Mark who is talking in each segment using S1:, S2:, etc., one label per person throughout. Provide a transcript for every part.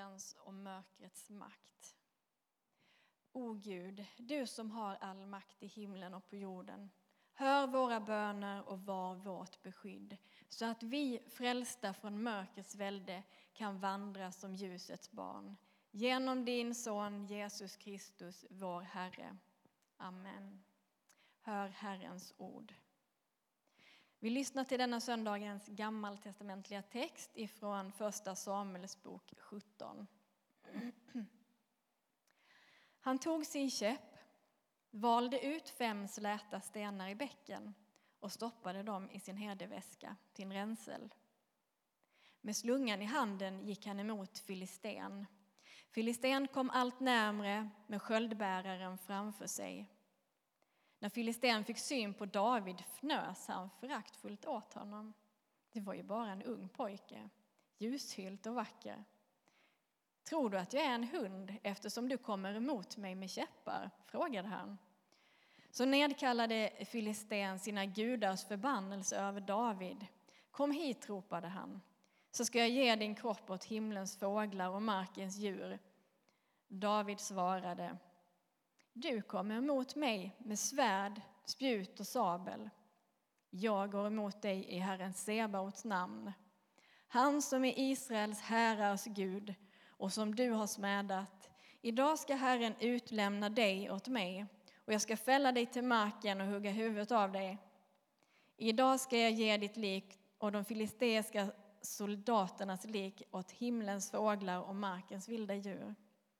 S1: dödens och mörkrets makt. O Gud, du som har all makt i himlen och på jorden, hör våra böner och var vårt beskydd, så att vi, frälsta från mörkrets välde, kan vandra som ljusets barn. Genom din son Jesus Kristus, vår Herre. Amen. Hör Herrens ord. Vi lyssnar till denna söndagens gammaltestamentliga text ifrån första Samuels bok 17. Han tog sin käpp, valde ut 5 släta stenar i bäcken och stoppade dem i sin herdeväska till ränsel. Med slungan i handen gick han emot Filisten. Filisten kom allt närmre med sköldbäraren framför sig. När Filisten fick syn på David fnös han föraktfullt åt honom. Det var ju bara en ung pojke, ljushylt och vacker. Tror du att jag är en hund eftersom du kommer emot mig med käppar? Frågade han. Så nedkallade Filisten sina gudars förbannelse över David. Kom hit, ropade han, så ska jag ge din kropp åt himlens fåglar och markens djur. David svarade, du kommer emot mig med svärd, spjut och sabel. Jag går emot dig i Herren Sebaots namn. Han som är Israels härars Gud och som du har smädat. Idag ska Herren utlämna dig åt mig och jag ska fälla dig till marken och hugga huvudet av dig. Idag ska jag ge ditt lik och de filisteiska soldaternas lik åt himlens fåglar och markens vilda djur.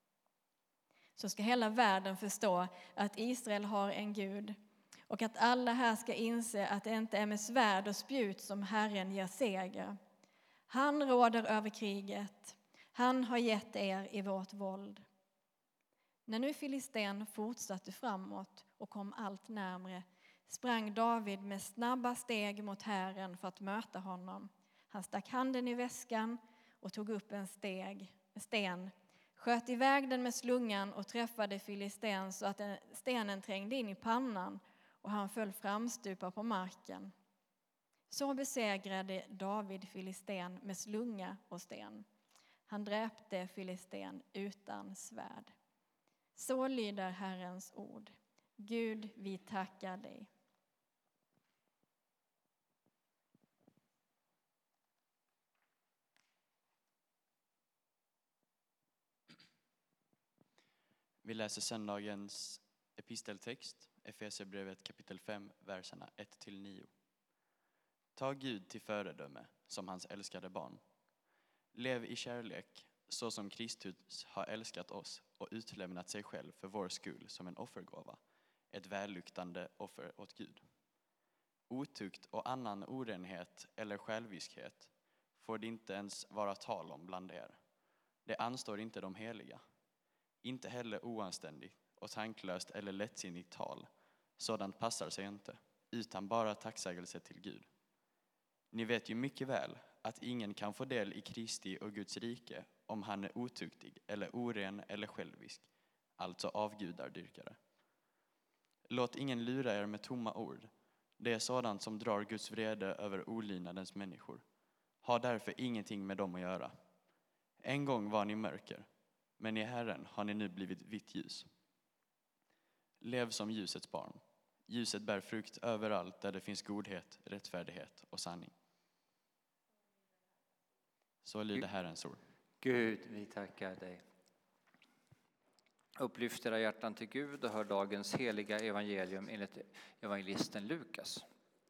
S1: Så ska hela världen förstå att Israel har en Gud och att alla här ska inse att det inte är med svärd och spjut som Herren ger seger. Han råder över kriget. Han har gett er i vårt våld. När nu Filisten fortsatte framåt och kom allt närmre sprang David med snabba steg mot Herren för att möta honom. Han stack handen i väskan och tog upp en sten, sköt iväg den med slungan och träffade Filisten så att stenen trängde in i pannan och han föll framstupa på marken. Så besegrade David Filisten med slunga och sten. Han dräpte Filisten utan svärd. Så lyder Herrens ord. Gud, vi tackar dig.
S2: Vi läser söndagens episteltext, Efesierbrevet kapitel 5, verserna 1-9. Ta Gud till föredöme som hans älskade barn. Lev i kärlek så som Kristus har älskat oss och utlämnat sig själv för vår skull som en offergåva, ett välluktande offer åt Gud. Otukt och annan orenhet eller själviskhet får det inte ens vara tal om bland er. Det anstår inte de heliga. Inte heller oanständigt och tanklöst eller lättsinnigt tal. Sådant passar sig inte, utan bara tacksägelse till Gud. Ni vet ju mycket väl att ingen kan få del i Kristi och Guds rike om han är otuktig eller oren eller självisk, alltså avgudardyrkare. Låt ingen lura er med tomma ord. Det är sådant som drar Guds vrede över olydnadens människor. Ha därför ingenting med dem att göra. En gång var ni mörker, men i Herren har ni nu blivit vitt ljus. Lev som ljusets barn. Ljuset bär frukt överallt där det finns godhet, rättfärdighet och sanning. Så lyder Herrens ord.
S3: Gud, vi tackar dig. Upplyft era hjärtan till Gud och hör dagens heliga evangelium enligt evangelisten Lukas.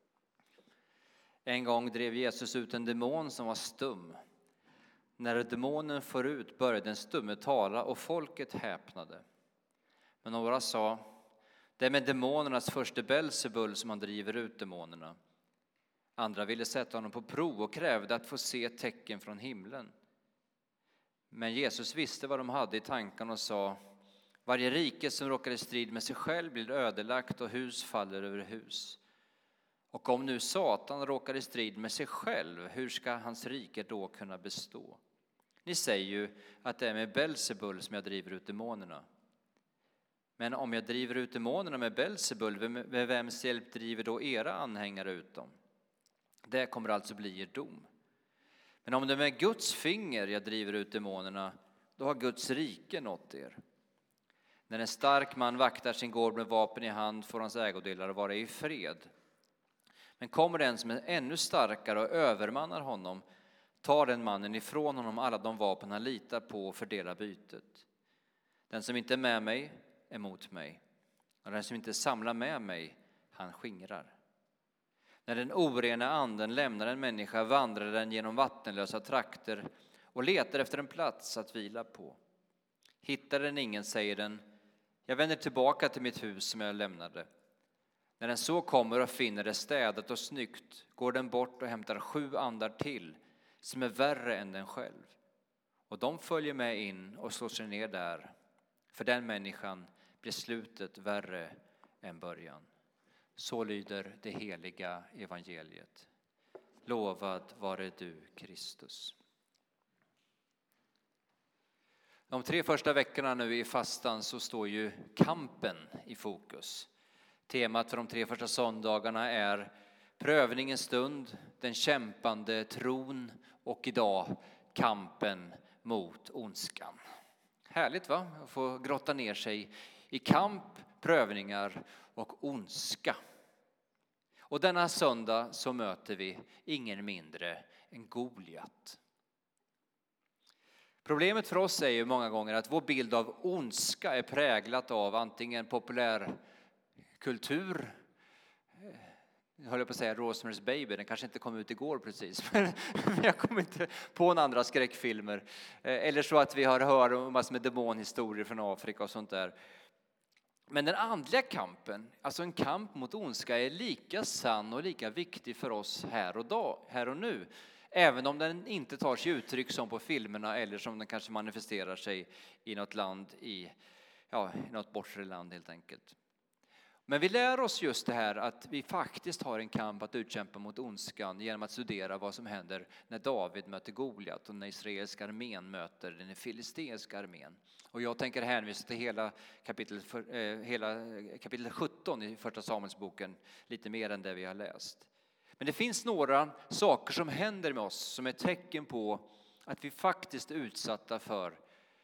S3: En gång drev Jesus ut en demon som var stum. När demonen for ut började den stumme tala och folket häpnade. Men några sa, det är med demonernas förste Belzebul som han driver ut demonerna. Andra ville sätta honom på prov och krävde att få se tecken från himlen. Men Jesus visste vad de hade i tankarna och sa, varje rike som råkar i strid med sig själv blir ödelagt och hus faller över hus. Och om nu Satan råkar i strid med sig själv, hur ska hans rike då kunna bestå? Ni säger ju att det är med Belzebul som jag driver ut demonerna. Men om jag driver ut demonerna med Belzebul, med vems hjälp driver då era anhängare ut dem? Det kommer alltså bli er dom. Men om det är med Guds finger jag driver ut demonerna, då har Guds rike nått er. När en stark man vaktar sin gård med vapen i hand får hans ägodelar vara i fred. Men kommer den som är ännu starkare och övermannar honom, tar den mannen ifrån honom alla de vapen han litar på och fördelar bytet. Den som inte är med mig är mot mig, och den som inte samlar med mig, han skingrar. När den orena anden lämnar en människa vandrar den genom vattenlösa trakter och letar efter en plats att vila på. Hittar den ingen, säger den, jag vänder tillbaka till mitt hus som jag lämnade. När den så kommer och finner det städat och snyggt går den bort och hämtar 7 andar till som är värre än den själv. Och de följer med in och slår sig ner där. För den människan blir slutet värre än början. Så lyder det heliga evangeliet. Lovad vare du, Kristus. De 3 första veckorna nu i fastan så står ju kampen i fokus. Temat för de 3 första söndagarna är prövningens stund, den kämpande tron och idag kampen mot ondskan. Härligt va? Att få grotta ner sig i kamp, prövningar och ondska. Och denna söndag så möter vi ingen mindre än Goliat. Problemet för oss är ju många gånger att vår bild av ondska är präglat av antingen populärkultur. Jag höll på att säga Rosemary's Baby, den kanske inte kom ut igår precis. Men jag kommer inte på några andra skräckfilmer. Eller så att vi har hört massor med demonhistorier från Afrika och sånt där. Men den andliga kampen, alltså en kamp mot ondska, är lika sann och lika viktig för oss här och nu. Även om den inte tar sig uttryck som på filmerna eller som den kanske manifesterar sig i något land, i något bortre land helt enkelt. Men vi lär oss just det här att vi faktiskt har en kamp att utkämpa mot ondskan genom att studera vad som händer när David möter Goliat och när israeliska armén möter den filisteiska armén. Och jag tänker hänvisa till hela kapitel 17 i första Samuelsboken, lite mer än det vi har läst. Men det finns några saker som händer med oss som är tecken på att vi faktiskt är utsatta för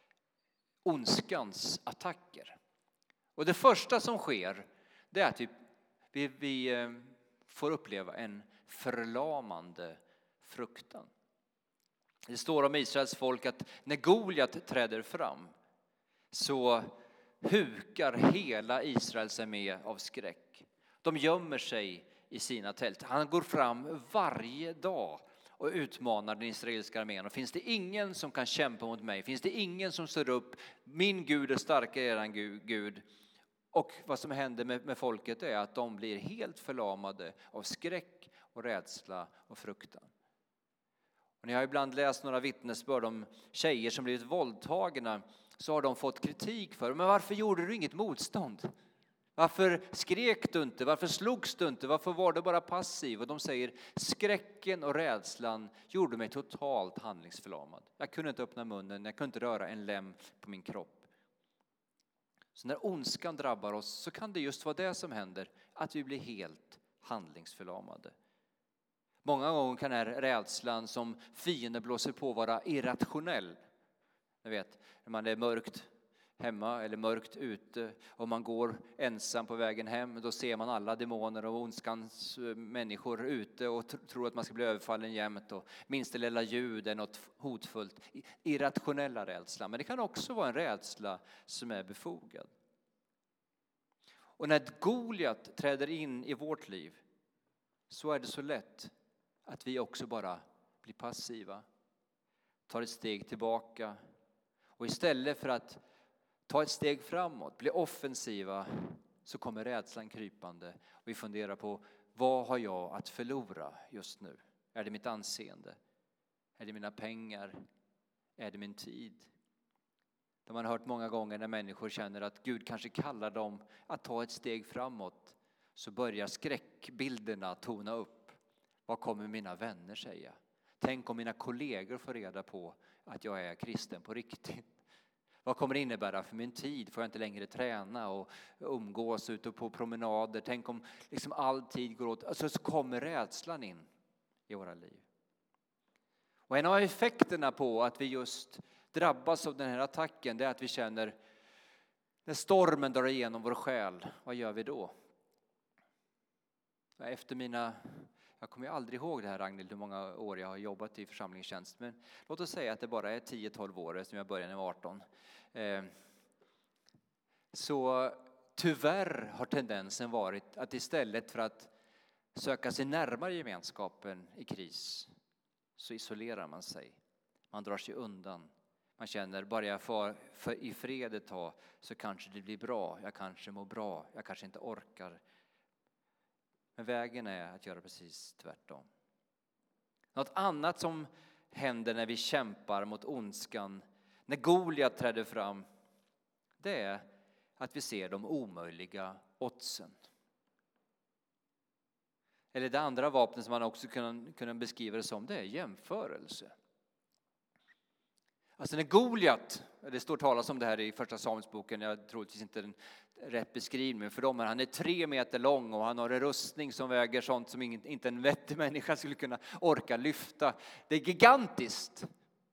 S3: ondskans attacker. Och det första som sker, det är att vi får uppleva en förlamande fruktan. Det står om Israels folk att när Goliat träder fram så hukar hela Israels armé av skräck. De gömmer sig i sina tält. Han går fram varje dag och utmanar den israeliska armén. Och finns det ingen som kan kämpa mot mig? Finns det ingen som står upp? Min Gud är starkare än er Gud. Och vad som händer med folket är att de blir helt förlamade av skräck och rädsla och fruktan. Och när jag ibland läst några vittnesbörd om tjejer som blivit våldtagna så har de fått kritik för. Men varför gjorde du inget motstånd? Varför skrek du inte? Varför slogs du inte? Varför var du bara passiv? Och de säger skräcken och rädslan gjorde mig totalt handlingsförlamad. Jag kunde inte öppna munnen, jag kunde inte röra en lem på min kropp. Så när ondskan drabbar oss så kan det just vara det som händer, att vi blir helt handlingsförlamade. Många gånger kan den här rädslan som fienden blåser på vara irrationell. Ni vet, när man är mörkt hemma eller mörkt ute och man går ensam på vägen hem, då ser man alla demoner och ondskans människor ute och tror att man ska bli överfallen jämt, och minsta lilla ljud är något hotfullt. Irrationella rädsla, men det kan också vara en rädsla som är befogad. Och när Goliat träder in i vårt liv så är det så lätt att vi också bara blir passiva, tar ett steg tillbaka, och istället för att ta ett steg framåt, bli offensiva, så kommer rädslan krypande. Och vi funderar på, vad har jag att förlora just nu? Är det mitt anseende? Är det mina pengar? Är det min tid? Det man har hört många gånger när människor känner att Gud kanske kallar dem att ta ett steg framåt, så börjar skräckbilderna tona upp. Vad kommer mina vänner säga? Tänk om mina kollegor får reda på att jag är kristen på riktigt. Vad kommer det innebära för min tid? Får jag inte längre träna och umgås ute på promenader? Tänk om liksom all tid går åt. Alltså så kommer rädslan in i våra liv. Och en av effekterna på att vi just drabbas av den här attacken, det är att vi känner när stormen drar igenom vår själ. Vad gör vi då? Jag kommer ju aldrig ihåg det här, Ragnhild, hur många år jag har jobbat i församlingstjänst. Men låt oss säga att det bara är 10-12 år som jag började när jag var 18. Så tyvärr har tendensen varit att istället för att söka sig närmare gemenskapen i kris så isolerar man sig. Man drar sig undan. Man känner, bara jag får i fred ett tag så kanske det blir bra. Jag kanske mår bra. Jag kanske inte orkar. Men vägen är att göra precis tvärtom. Något annat som händer när vi kämpar mot ondskan, när Goliat träder fram, det är att vi ser de omöjliga oddsen. Eller det andra vapnet som man också kan beskriva det som, det är jämförelse. Alltså när Goliat, det står talas om det här i första Samuelsboken, jag tror inte den rätt beskrivning för dem, men han är 3 meter lång och han har en rustning som väger sånt som inte en vettig människa skulle kunna orka lyfta. Det är gigantiskt.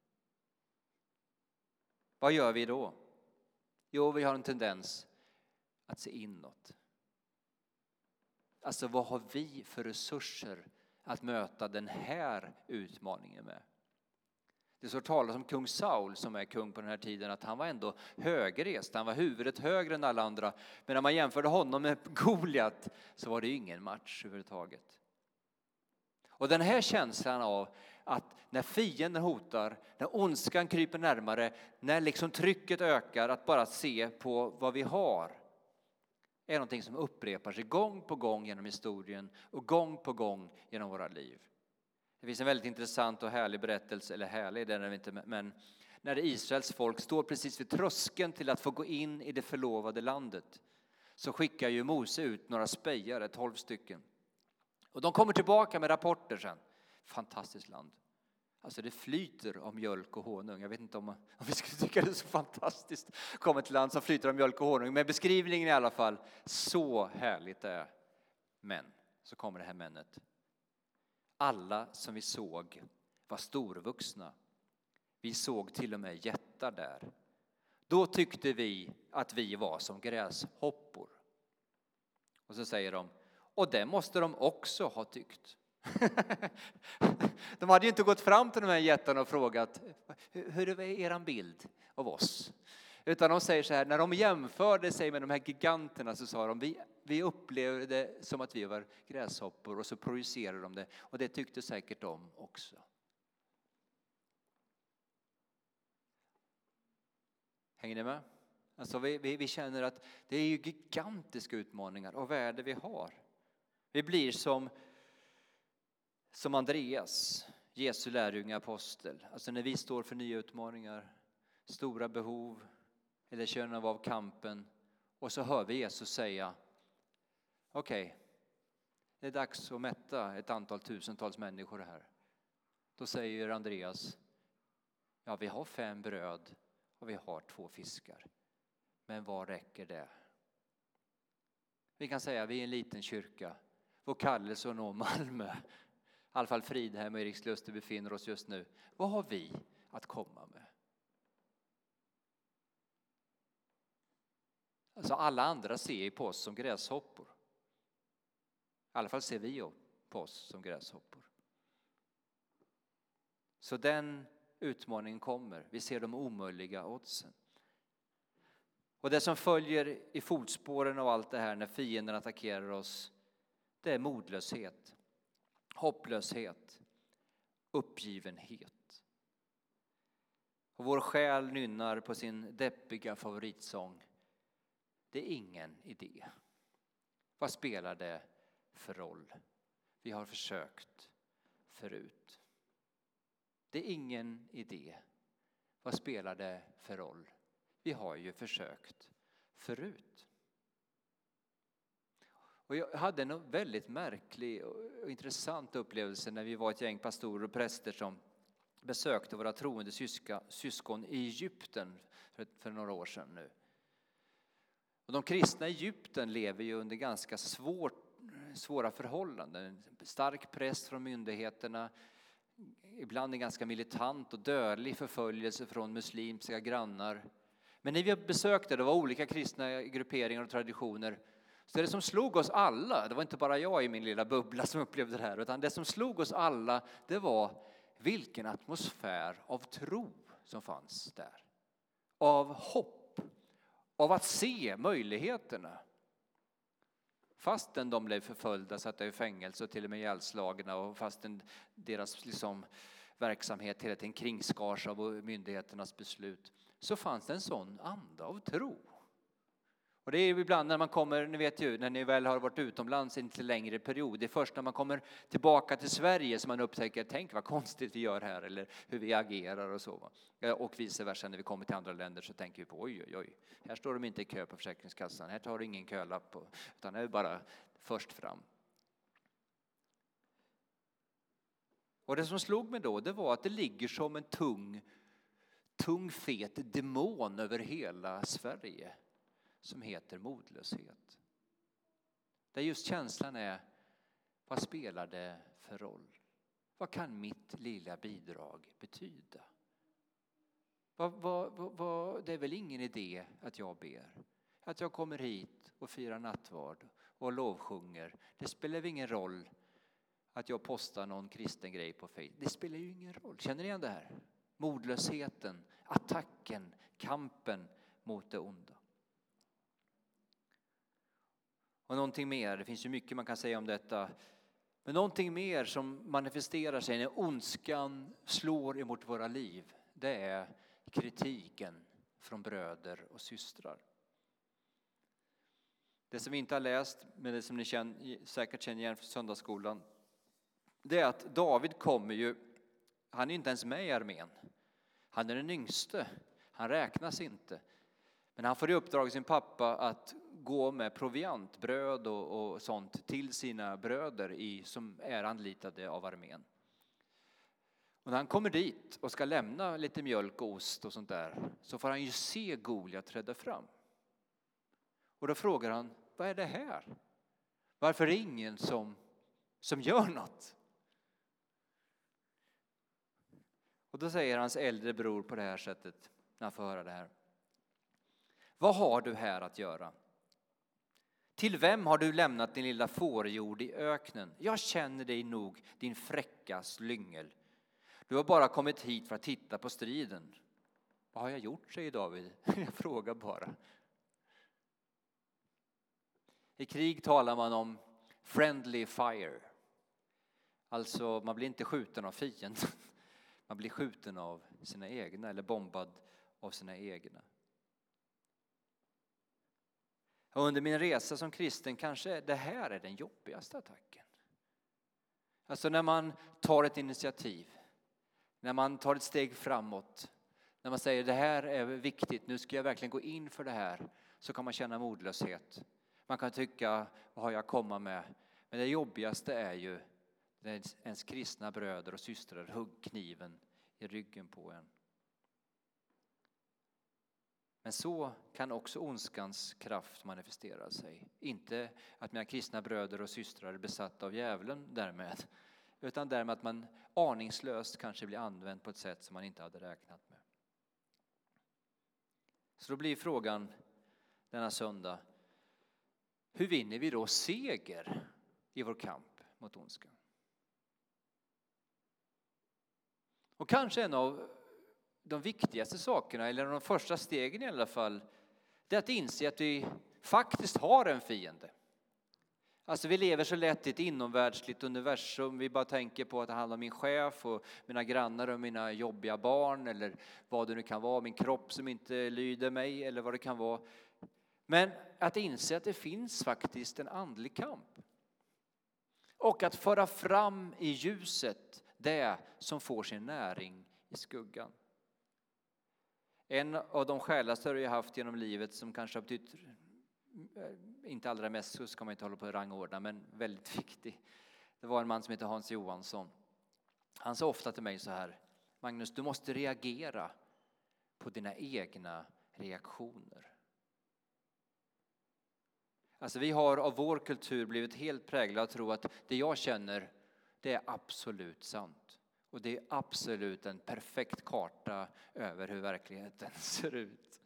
S3: Vad gör vi då? Jo, vi har en tendens att se inåt. Alltså vad har vi för resurser att möta den här utmaningen med? Det står talas om kung Saul som är kung på den här tiden, att han var ändå högrest. Han var huvudet högre än alla andra. Men när man jämförde honom med Goliat så var det ju ingen match överhuvudtaget. Och den här känslan av att när fienden hotar, när ondskan kryper närmare, när liksom trycket ökar, att bara se på vad vi har, är någonting som upprepar sig gång på gång genom historien och gång på gång genom våra liv. Det finns en väldigt intressant och härlig berättelse, eller härlig den är inte, men när Israels folk står precis vid tröskeln till att få gå in i det förlovade landet, så skickar ju Mose ut några spejare, 12 stycken. Och de kommer tillbaka med rapporter sen. Fantastiskt land. Alltså det flyter om mjölk och honung. Jag vet inte om vi skulle tycka det är så fantastiskt. Komma till land som flyter om mjölk och honung. Men beskrivningen i alla fall, så härligt det är. Men så kommer det här männet. Alla som vi såg var storvuxna. Vi såg till och med jättar där. Då tyckte vi att vi var som gräshoppor. Och så säger de, och det måste de också ha tyckt. De hade ju inte gått fram till de här jättarna och frågat, hur är er bild av oss? Utan de säger så här, när de jämförde sig med de här giganterna så sa de, vi upplevde det som att vi var gräshoppor, och så projicerade de det. Och det tyckte säkert de också. Hänger ni med? Alltså vi känner att det är ju gigantiska utmaningar, och vad är det vi har? Vi blir som Andreas, Jesu lärjunge apostel. Alltså när vi står för nya utmaningar, stora behov eller känner av kampen, och så hör vi Jesus säga, okej, det är dags att mätta ett antal tusentals människor här. Då säger Andreas, ja, vi har 5 bröd och vi har 2 fiskar. Men vad räcker det? Vi kan säga, vi är en liten kyrka. Vår kallelse att nå Malmö, i alla fall Fridhem och Erikslust där befinner oss just nu. Vad har vi att komma med? Alltså alla andra ser på oss som gräshoppor. I alla fall ser vi på oss som gräshoppor. Så den utmaningen kommer. Vi ser de omöjliga oddsen. Och det som följer i fotspåren av allt det här när fienden attackerar oss, det är modlöshet, hopplöshet, uppgivenhet. Och vår själ nynnar på sin deppiga favoritsång. Det är ingen idé. Vad spelar det för roll? Vi har försökt förut. Det är ingen idé. Vad spelar det för roll? Vi har ju försökt förut. Och jag hade en väldigt märklig och intressant upplevelse när vi var ett gäng pastorer och präster som besökte våra troende syskon i Egypten för några år sedan nu. Och de kristna i Egypten lever ju under ganska svåra förhållanden. Stark press från myndigheterna, ibland en ganska militant och dödlig förföljelse från muslimska grannar. Men när vi besökte, det var olika kristna grupperingar och traditioner, så det som slog oss alla, det var inte bara jag i min lilla bubbla som upplevde det här, utan det som slog oss alla, det var vilken atmosfär av tro som fanns där. Av hopp, av att se möjligheterna. Fastän de blev förföljda, satta i fängelse och till och med ihjälslagna, och fastän deras verksamhet hela tiden kringskars av myndigheternas beslut, så fanns det en sån anda av tro. Och det är ibland när man kommer, ni vet ju, när ni väl har varit utomlands en lite längre period. Det är först när man kommer tillbaka till Sverige som man upptäcker, tänk vad konstigt vi gör här, eller hur vi agerar och så. Och vice versa, när vi kommer till andra länder så tänker vi på, oj, här står de inte i kö på Försäkringskassan, här tar ingen kölapp på, utan det är bara först fram. Och det som slog mig då, det var att det ligger som en tung fet demon över hela Sverige, som heter modlöshet. Där just känslan är, vad spelar det för roll? Vad kan mitt lilla bidrag betyda? Det är väl ingen idé att jag ber. Att jag kommer hit och firar nattvard och lovsjunger. Det spelar väl ingen roll att jag postar någon kristen grej på Facebook. Det spelar ju ingen roll. Känner ni igen det här? Modlösheten, attacken, kampen mot det onda. Och någonting mer, det finns ju mycket man kan säga om detta. Men någonting mer som manifesterar sig när ondskan slår emot våra liv, det är kritiken från bröder och systrar. Det som vi inte har läst, men det som ni säkert känner igen från söndagsskolan, det är att David kommer ju, han är inte ens med i armén. Han är den yngste, han räknas inte. Men han får i uppdrag av sin pappa att gå med proviant, bröd och sånt till sina bröder som är anlitade av armén. Och när han kommer dit och ska lämna lite mjölk och ost och sånt där, så får han ju se Goliat träda fram. Och då frågar han, vad är det här? Varför är det ingen som gör något? Och då säger hans äldre bror på det här sättet, när han får höra det här. Vad har du här att göra? Till vem har du lämnat din lilla fårjord i öknen? Jag känner dig nog, din fräcka slyngel. Du har bara kommit hit för att titta på striden. Vad har jag gjort, säger David. Jag frågar bara. I krig talar man om friendly fire. Alltså man blir inte skjuten av fienden. Man blir skjuten av sina egna eller bombad av sina egna. Och under min resa som kristen kanske det här är den jobbigaste attacken. Alltså när man tar ett initiativ. När man tar ett steg framåt. När man säger det här är viktigt, nu ska jag verkligen gå in för det här. Så kan man känna modlöshet. Man kan tycka, vad har jag att komma med? Men det jobbigaste är ju när ens kristna bröder och systrar hugger kniven i ryggen på en. Men så kan också ondskans kraft manifestera sig. Inte att mina kristna bröder och systrar är besatta av djävulen därmed. Utan därmed att man aningslöst kanske blir använd på ett sätt som man inte hade räknat med. Så då blir frågan denna söndag. Hur vinner vi då seger i vår kamp mot ondskan? Och kanske en av de viktigaste sakerna, eller de första stegen i alla fall, det är att inse att vi faktiskt har en fiende. Alltså vi lever så lätt i ett inomvärldsligt universum. Vi bara tänker på att det handlar om min chef och mina grannar och mina jobbiga barn. Eller vad det nu kan vara, min kropp som inte lyder mig eller vad det kan vara. Men att inse att det finns faktiskt en andlig kamp. Och att föra fram i ljuset det som får sin näring i skuggan. En av de själastörer jag haft genom livet som kanske har betytt, inte allra mest, så ska man inte hålla på att rangordna, men väldigt viktig. Det var en man som heter Hans Johansson. Han sa ofta till mig så här: Magnus, du måste reagera på dina egna reaktioner. Alltså vi har av vår kultur blivit helt präglade att tro att det jag känner, det är absolut sant. Och det är absolut en perfekt karta över hur verkligheten ser ut.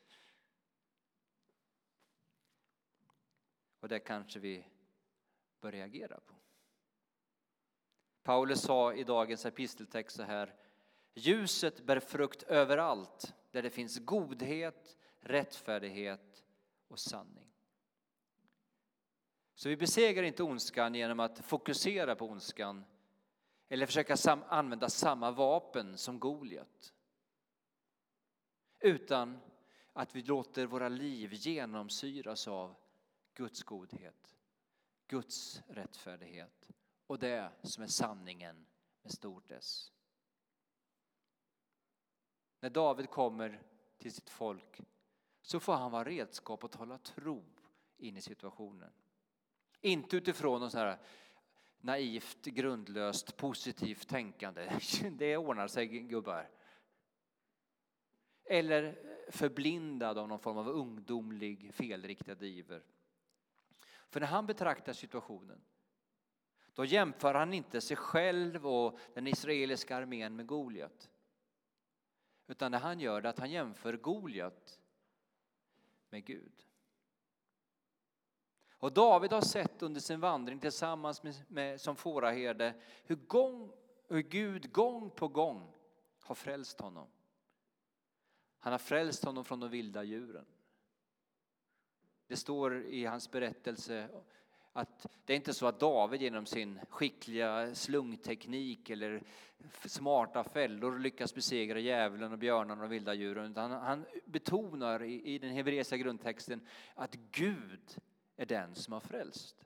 S3: Och det kanske vi bör reagera på. Paulus sa i dagens episteltext så här: ljuset bär frukt överallt där det finns godhet, rättfärdighet och sanning. Så vi besegrar inte ondskan genom att fokusera på ondskan eller försöka använda samma vapen som Goliat. Utan att vi låter våra liv genomsyras av Guds godhet, Guds rättfärdighet och det som är sanningen med stort S. När David kommer till sitt folk så får han vara redskap att hålla tro in i situationen. Inte utifrån något så här naivt, grundlöst, positivt tänkande. Det ordnar sig, gubbar. Eller förblindad av någon form av ungdomlig, felriktad iver. För när han betraktar situationen, då jämför han inte sig själv och den israeliska armén med Goliat. Utan det han gör är att han jämför Goliat med Gud. Och David har sett under sin vandring tillsammans med som fåraherde hur Gud gång på gång har frälst honom. Han har frälst honom från de vilda djuren. Det står i hans berättelse att det är inte så att David genom sin skickliga slungteknik eller smarta fällor lyckas besegra djävulen och björnarna och vilda djuren. Utan han betonar i den hebreiska grundtexten att Gud är den som har frälst.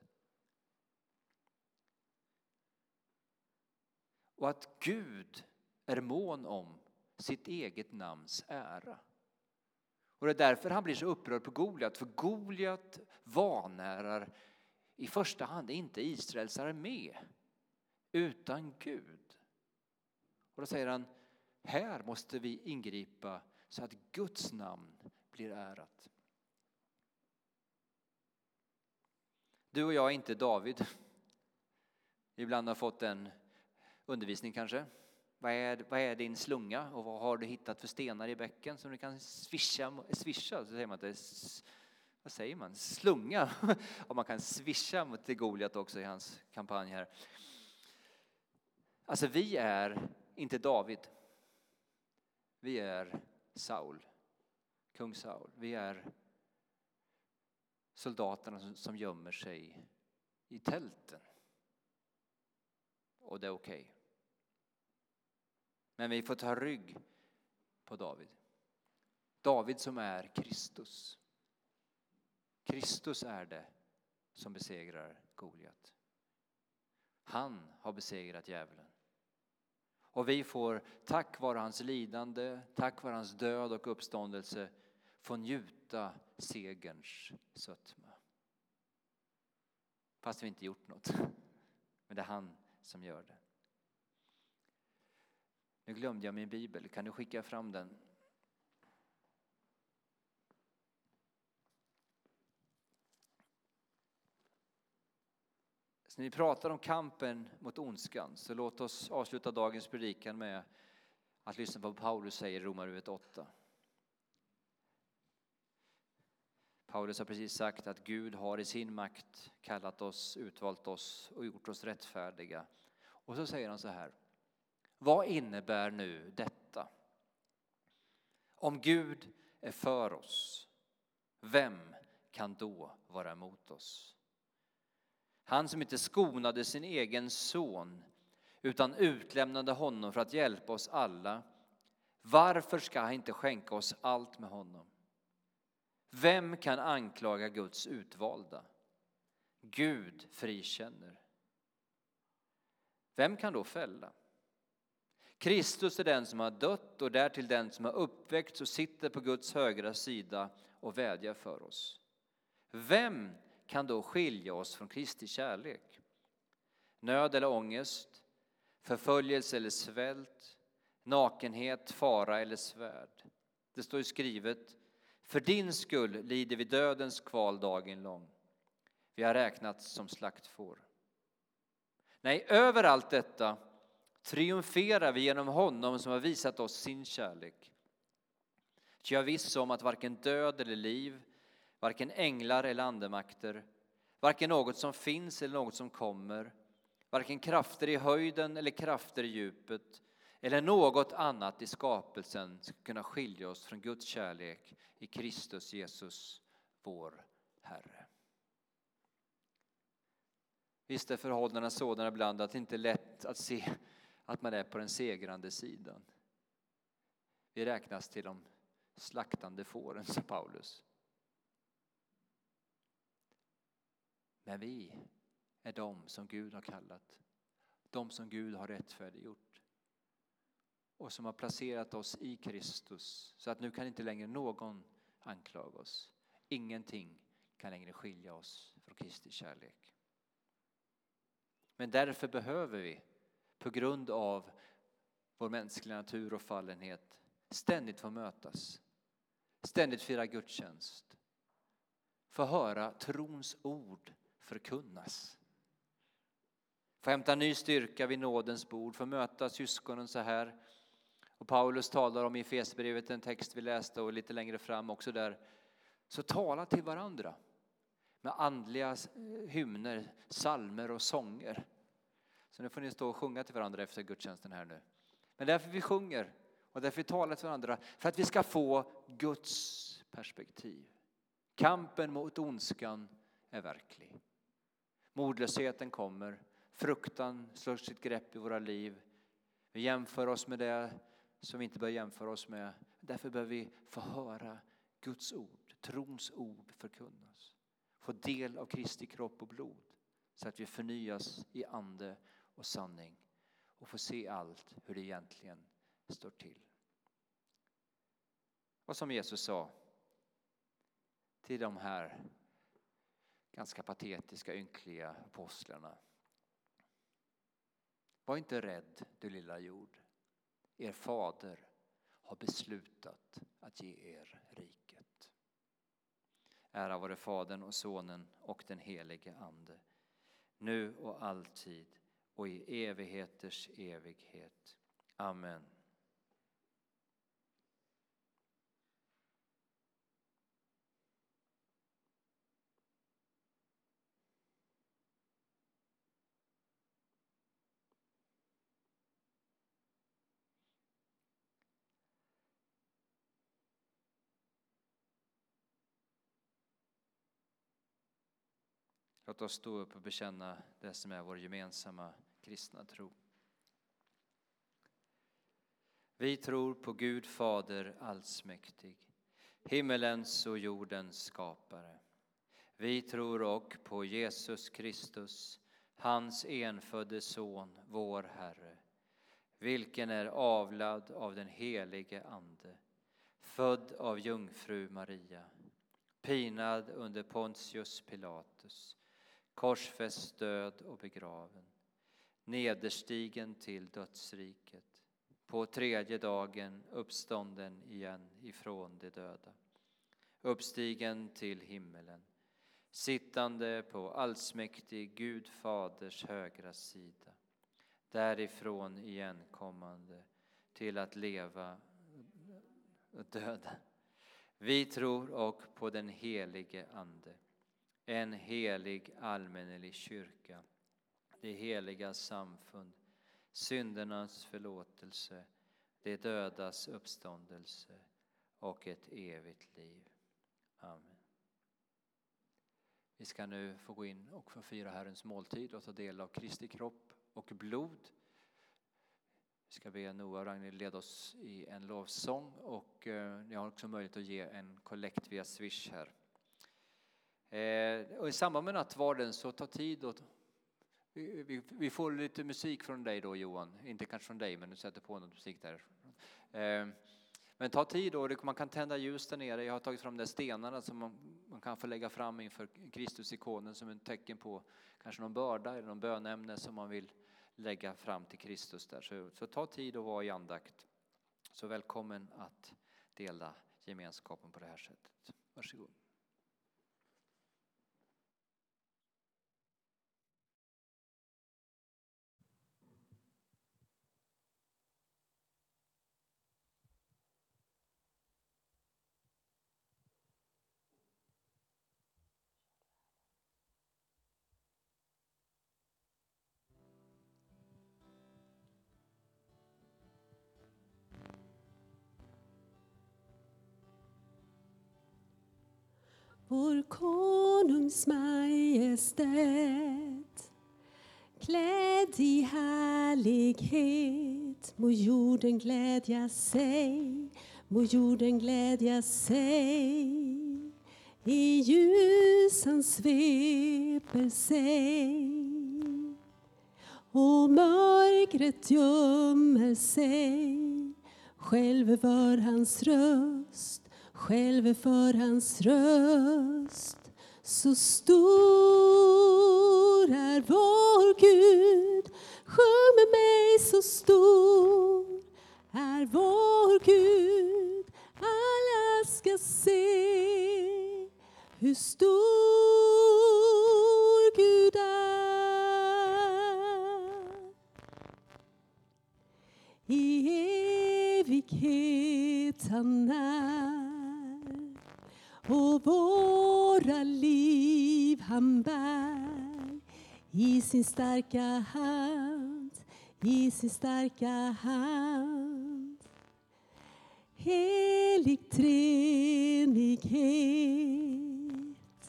S3: Och att Gud är mån om sitt eget namns ära. Och det är därför han blir så upprörd på Goliat. För Goliat vanärar i första hand inte Israels armé utan Gud. Och då säger han, här måste vi ingripa så att Guds namn blir ärat. Du och jag är inte David. Ibland har fått en undervisning kanske. Vad är din slunga och vad har du hittat för stenar i bäcken som du kan swisha så säger man att det är, vad säger man? Slunga. Och man kan swisha mot Goliat också i hans kampanj här. Alltså vi är inte David. Vi är Saul. Kung Saul. Vi är soldaterna som gömmer sig i tälten. Och det är okej. Men vi får ta rygg på David. David som är Kristus. Kristus är det som besegrar Goliat. Han har besegrat djävulen. Och vi får tack vare hans lidande, tack vare hans död och uppståndelse få njuta segerns sötma. Fast vi inte gjort något. Men det är han som gör det. Nu glömde jag min bibel. Kan du skicka fram den? Så när vi pratar om kampen mot ondskan så låt oss avsluta dagens predikan med att lyssna på vad Paulus säger i Romarbrevet 8. Paulus har precis sagt att Gud har i sin makt kallat oss, utvalt oss och gjort oss rättfärdiga. Och så säger han så här. Vad innebär nu detta? Om Gud är för oss, vem kan då vara emot oss? Han som inte skonade sin egen son utan utlämnade honom för att hjälpa oss alla. Varför ska han inte skänka oss allt med honom? Vem kan anklaga Guds utvalda? Gud frikänner. Vem kan då fälla? Kristus är den som har dött och därtill den som har uppväckts och sitter på Guds högra sida och vädjar för oss. Vem kan då skilja oss från Kristi kärlek? Nöd eller ångest, förföljelse eller svält, nakenhet, fara eller svärd. Det står ju skrivet, för din skull lider vi dödens kval dagen lång. Vi har räknats som slaktfår. Nej, över allt detta triumferar vi genom honom som har visat oss sin kärlek. Ty jag är viss om att varken död eller liv, varken änglar eller andemakter, varken något som finns eller något som kommer, varken krafter i höjden eller krafter i djupet, eller något annat i skapelsen ska kunna skilja oss från Guds kärlek i Kristus Jesus, vår Herre. Visst är förhållandena sådana ibland att det inte är lätt att se att man är på den segrande sidan. Vi räknas till de slaktande fåren, sa Paulus. Men vi är de som Gud har kallat, de som Gud har rättfärdiggjort och som har placerat oss i Kristus, så att nu kan inte längre någon anklaga oss. Ingenting kan längre skilja oss från Kristi kärlek. Men därför behöver vi, på grund av vår mänskliga natur och fallenhet, ständigt få mötas, ständigt fira gudstjänst, få höra trons ord förkunnas, få hämta ny styrka vid nådens bord, få möta syskonen så här. Och Paulus talar om i Efesierbrevet, en text vi läste och lite längre fram också där, så tala till varandra med andliga hymner, psalmer och sånger. Så nu får ni stå och sjunga till varandra efter gudstjänsten här nu. Men därför vi sjunger och därför vi talar till varandra, för att vi ska få Guds perspektiv. Kampen mot ondskan är verklig. Modlösheten kommer, fruktan slår sitt grepp i våra liv. Vi jämför oss med det som vi inte bör jämföra oss med. Därför behöver vi få höra Guds ord, trons ord förkunnas. Få del av Kristi kropp och blod, så att vi förnyas i ande och sanning och får se allt hur det egentligen står till. Och som Jesus sa till de här ganska patetiska, ynkliga apostlarna: var inte rädd, du lilla jord. Er fader har beslutat att ge er riket. Ära vare Fadern och Sonen och den helige Ande, nu och alltid och i evigheters evighet. Amen. Låt oss stå upp och bekänna det som är vår gemensamma kristna tro. Vi tror på Gud Fader allsmäktig, himmelens och jordens skapare. Vi tror och på Jesus Kristus, hans enfödde son, vår Herre, vilken är avlad av den helige Ande, född av jungfru Maria, pinad under Pontius Pilatus, korsfäst, död och begraven, nederstigen till dödsriket, på tredje dagen uppstånden igen ifrån de döda, uppstigen till himmelen, sittande på allsmäktig Gud Faders högra sida, därifrån igenkommande till att leva och döda. Vi tror och på den helige Ande, en helig allmännelig kyrka, det heliga samfund, syndernas förlåtelse, det dödas uppståndelse och ett evigt liv. Amen. Vi ska nu få gå in och få fira Herrens måltid och ta del av Kristi kropp och blod. Vi ska be Noah och Ragnhild leda oss i en lovsång, och ni har också möjlighet att ge en kollekt via Swish här. Och i samband med nattvarden så ta tid och vi får lite musik från dig då, Johan. Inte kanske från dig, men du sätter på något musik där. Men ta tid och man kan tända ljus där nere. Jag har tagit fram de stenarna som man kan få lägga fram inför Kristusikonen som en tecken på kanske någon börda eller någon bönämne som man vill lägga fram till Kristus där. Så ta tid och var i andakt. Så välkommen att dela gemenskapen på det här sättet. Varsågod.
S4: vår konungs majestät. Klädd i härlighet må jorden glädja sig, må jorden glädja sig. I ljus han sveper sig och mörkret gömmer sig. Själv för hans röst, själv för hans röst. Så stor är vår Gud, sjung med mig, så stor är vår Gud. Alla ska se hur stor Gud är. I evighet han är, och våra liv han bär i sin starka hand, i sin starka hand. Helig treenighet,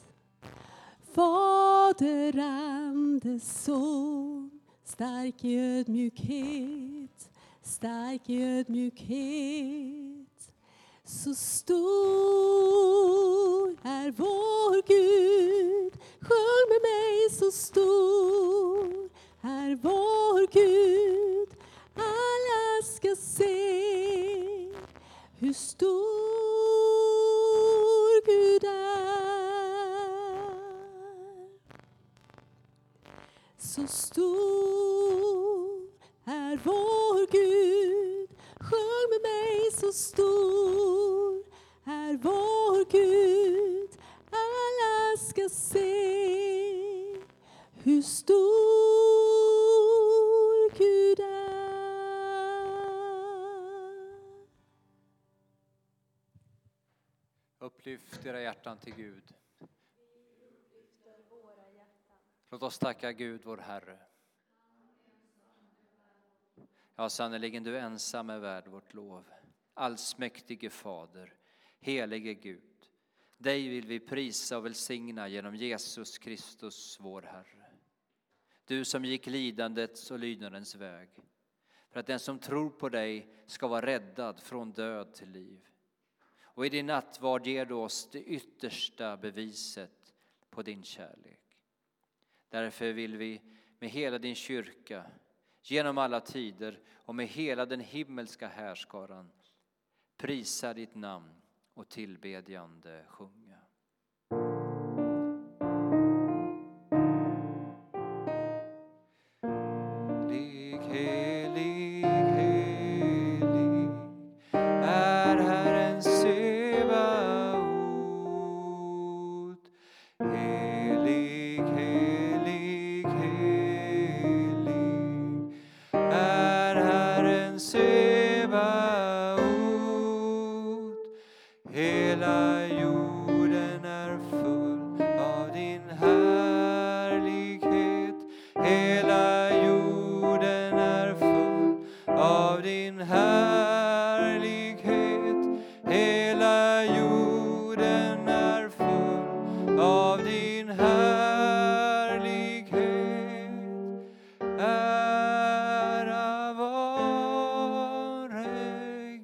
S4: Fader, Ande, Son, stark i ödmjukhet, stark i ödmjukhet. Så stor är vår Gud, sjung med mig, så stor är vår Gud. Alla ska se hur stor Gud är. Så stor är vår Gud, sjung med mig, så stor är vår Gud. Alla ska se hur stor Gud är.
S3: Upplyft era hjärtan till Gud. Låt oss tacka Gud, vår Herre. Ja, sannoliken du ensam är värd vårt lov. Allsmäktige Fader, helige Gud. Dig vill vi prisa och välsigna genom Jesus Kristus, vår Herre. Du som gick lidandets och lydnadens väg, för att den som tror på dig ska vara räddad från död till liv. Och i din nattvard ger du oss det yttersta beviset på din kärlek. Därför vill vi med hela din kyrka, genom alla tider och med hela den himmelska härskaran prisa ditt namn och tillbedjande sjunga. Helig, helig är Herren Sebaot. Helig, helig, helig är Herren Sebaot. Hela jorden är full av din härlighet. Hela jorden är full av din härlighet. Hela jorden är full av din härlighet. Ära vare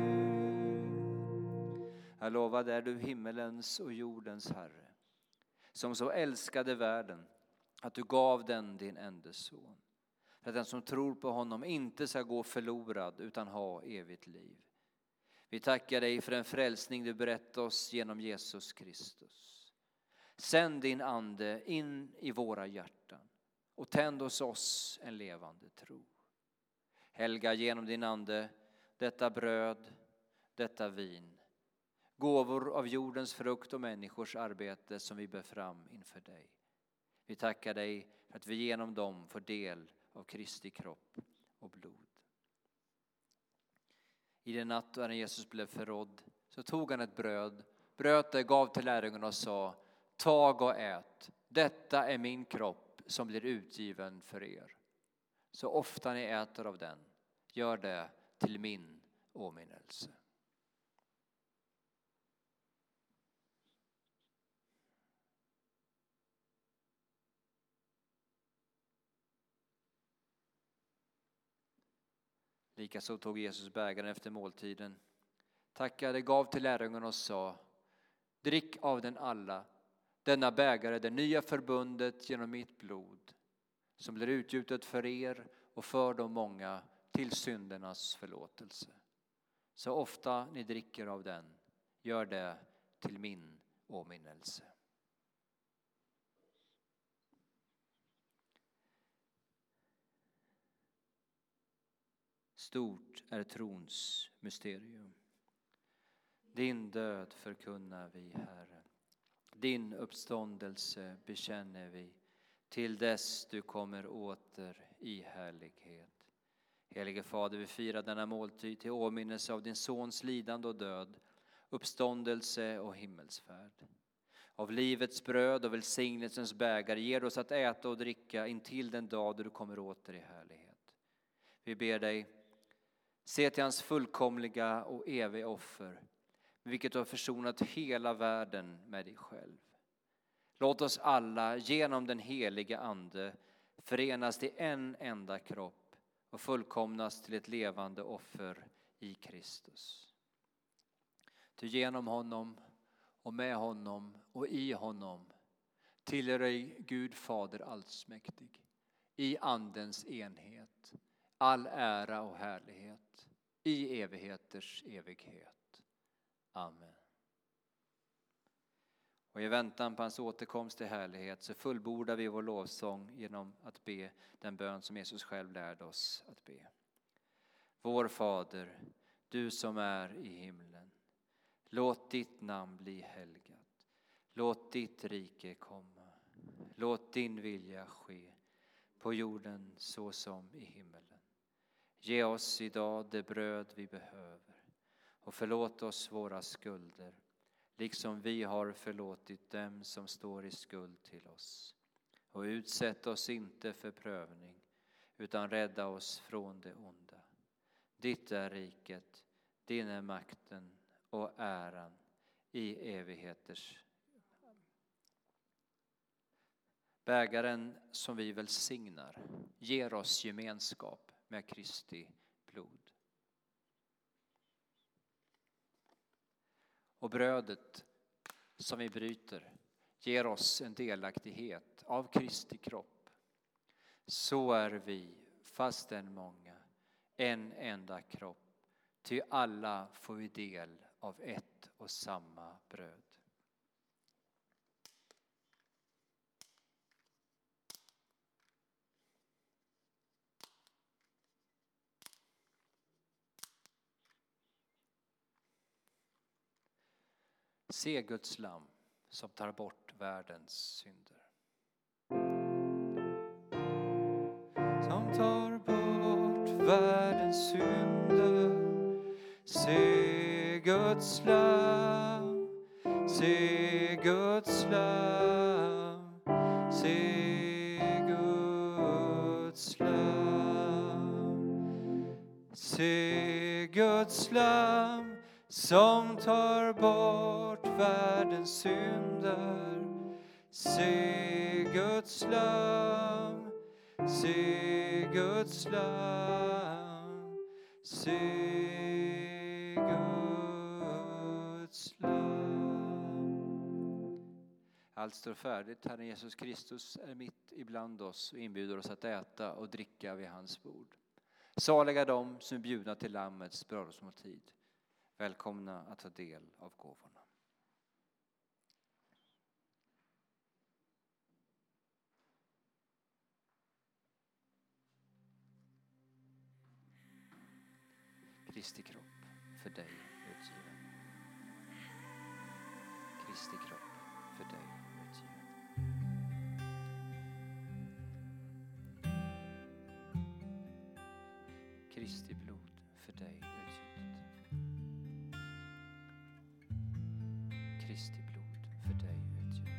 S3: Gud. Jag lovar, är du himmelens och jordens Herre, som så älskade världen att du gav den din enda son, för att den som tror på honom inte ska gå förlorad utan ha evigt liv. Vi tackar dig för den frälsning du berättar oss genom Jesus Kristus. Sänd din ande in i våra hjärtan och tänd hos oss en levande tro. Helga genom din ande detta bröd, detta vin, gåvor av jordens frukt och människors arbete som vi bär fram inför dig. Vi tackar dig för att vi genom dem får del av Kristi kropp och blod. I den natt när Jesus blev förrådd så tog han ett bröd, bröt det, gav till lärjungarna och sa: tag och ät, detta är min kropp som blir utgiven för er. Så ofta ni äter av den, gör det till min åminnelse. Likaså tog Jesus bägaren efter måltiden, tackade, gav till lärjungarna och sa: drick av den alla. Denna bägare, det nya förbundet genom mitt blod, som blir utgjutet för er och för de många till syndernas förlåtelse. Så ofta ni dricker av den, gör det till min åminnelse. Stort är trons mysterium. Din död förkunnar vi, Herre. Din uppståndelse bekänner vi till dess du kommer åter i härlighet. Helige Fader, vi firar denna måltid till åminnelse av din sons lidande och död, uppståndelse och himmelsfärd. Av livets bröd och välsignelsens bägare ger oss att äta och dricka intill den dag då du kommer åter i härlighet. Vi ber dig, se till hans fullkomliga och eviga offer, med vilket du har försonat hela världen med dig själv. Låt oss alla genom den heliga ande förenas till en enda kropp och fullkomnas till ett levande offer i Kristus. Ty genom honom och med honom och i honom tillhör dig Gud Fader allsmäktig, i andens enhet, all ära och härlighet i evigheters evighet. Amen. Och i väntan på hans återkomst i härlighet så fullbordar vi vår lovsång genom att be den bön som Jesus själv lärde oss att be. Vår Fader, du som är i himlen, låt ditt namn bli helgat. Låt ditt rike komma. Låt din vilja ske på jorden så som i himmelen. Ge oss idag det bröd vi behöver och förlåt oss våra skulder, liksom vi har förlåtit dem som står i skuld till oss. Och utsätt oss inte för prövning, utan rädda oss från det onda. Ditt är riket, din är makten och äran i evigheters. Bägaren som vi välsignar ger oss gemenskap med Kristi blod. Och brödet som vi bryter ger oss en delaktighet av Kristi kropp. Så är vi, fastän många, en enda kropp. Ty alla får vi del av ett och samma bröd. Se Guds lamm som tar bort världens synder. Som tar bort världens synder. Se Guds lamm, se Guds lamm, se Guds lamm. Se Guds lamm som tar bort världens synder. Se Guds lamm, se Guds lamm, se Guds lamm. Allt står färdigt. Herren Jesus Kristus är mitt ibland oss och inbjuder oss att äta och dricka vid hans bord. Saliga de som är bjudna till lammets bröllopsmåltid. Välkomna att ta del av gåvorna. Kristi kropp för dig utgiven. Kristi kropp för dig utgiven. Kristi blod för dig utgjutet. Kristi blod för dig utgjutet.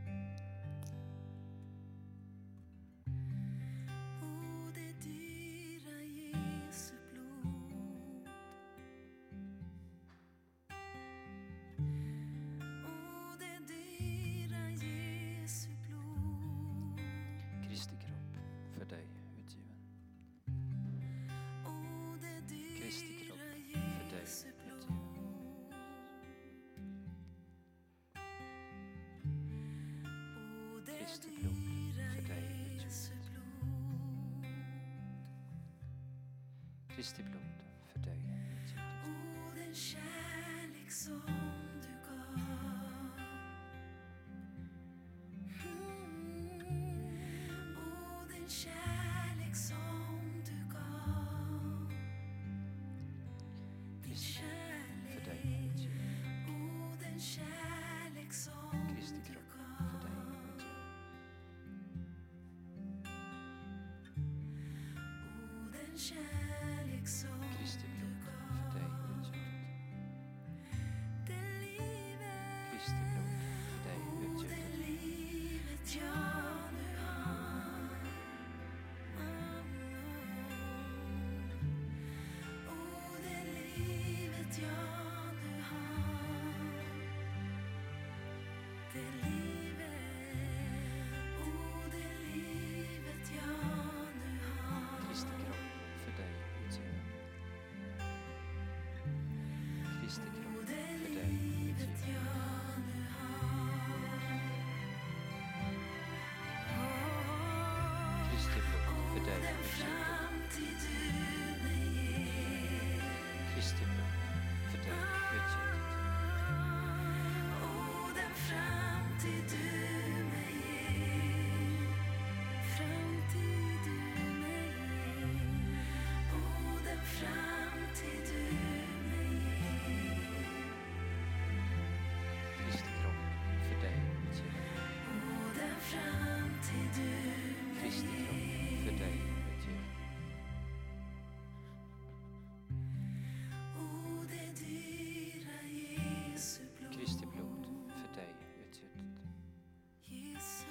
S5: O det dyra Jesu blod. O det dyra Jesu blod.
S3: Kristi kropp för dig utgiven.
S5: O det dyra
S3: Kristi blod för dig utgjutet. Kristi blod för dig utgjutet.
S5: O den kärlek som du gav. O den kärlek som du gav. Din
S3: Kristi blod för dig
S5: kärlek.
S3: utgjutet.
S5: O den kärlek som
S3: Kristi
S5: du
S3: kropp
S5: gav.
S3: för dig utgjutet.
S5: O den kärlek som
S3: Kristi
S5: du
S3: blod för dig
S5: gav.
S3: utgjutet.
S5: Det livet.
S3: Kristi blod för dig
S5: O det
S3: utgjutet.
S5: livet jag nu har. O det livet jag nu har. Det livet. O det livet jag nu har.
S3: Kristi kropp för dig utgiven. Kristi kropp
S5: O det
S3: för dig
S5: livet
S3: utgiven.
S5: jag nu har.
S3: Kristi blod för dig
S5: Den
S3: utgiven.
S5: framtid du mig ger.
S3: Kristi blod för dig utgiven.
S5: O den framtid du mig ger. Framtid du mig ger. O den framtid du mig ger.
S3: Kristi kropp för dig utgiven.
S5: O den framtid du mig
S3: Kristi kropp för dig utgiven.
S5: O det dyra Jesu blod.
S3: Kristi blod för dig utgjutet.
S5: Jesus.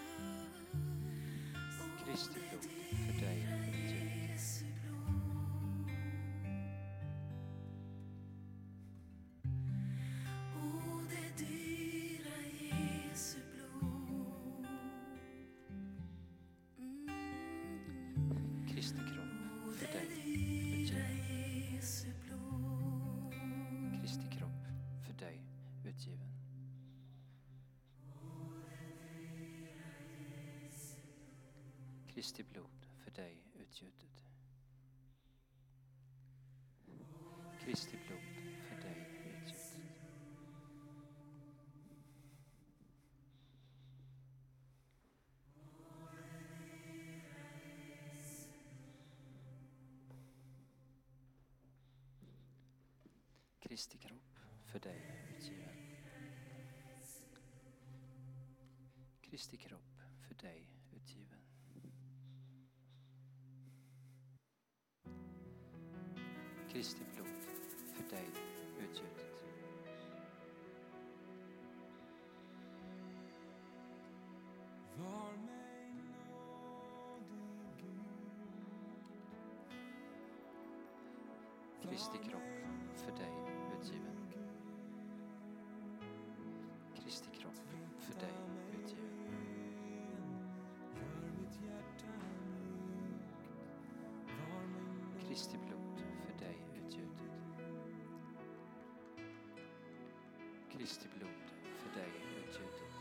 S3: Kristi blod för dig utgjutet.
S5: Jesu blod. O det dyra Jesu blod.
S3: Kristi kropp
S5: O
S3: för
S5: det
S3: dig
S5: dyra
S3: utgiven.
S5: Jesu blod.
S3: Kristi kropp för dig utgiven. Kristi blod för dig utgjutet. Kristi blod för dig utgjutet. Kristi kropp för dig utgiven. Kristi kropp för dig utgiven. Kristi blod för dig utgjutet.
S6: Var mig nådig Gud.
S3: Kristi kropp för dig utgiven. Kristi kropp för dig utgiven.
S6: Gör mitt hjärta mjukt. Var mig nådig.
S3: Kristi blod för dig utgjutet. Kristi blod för dig utgjutet.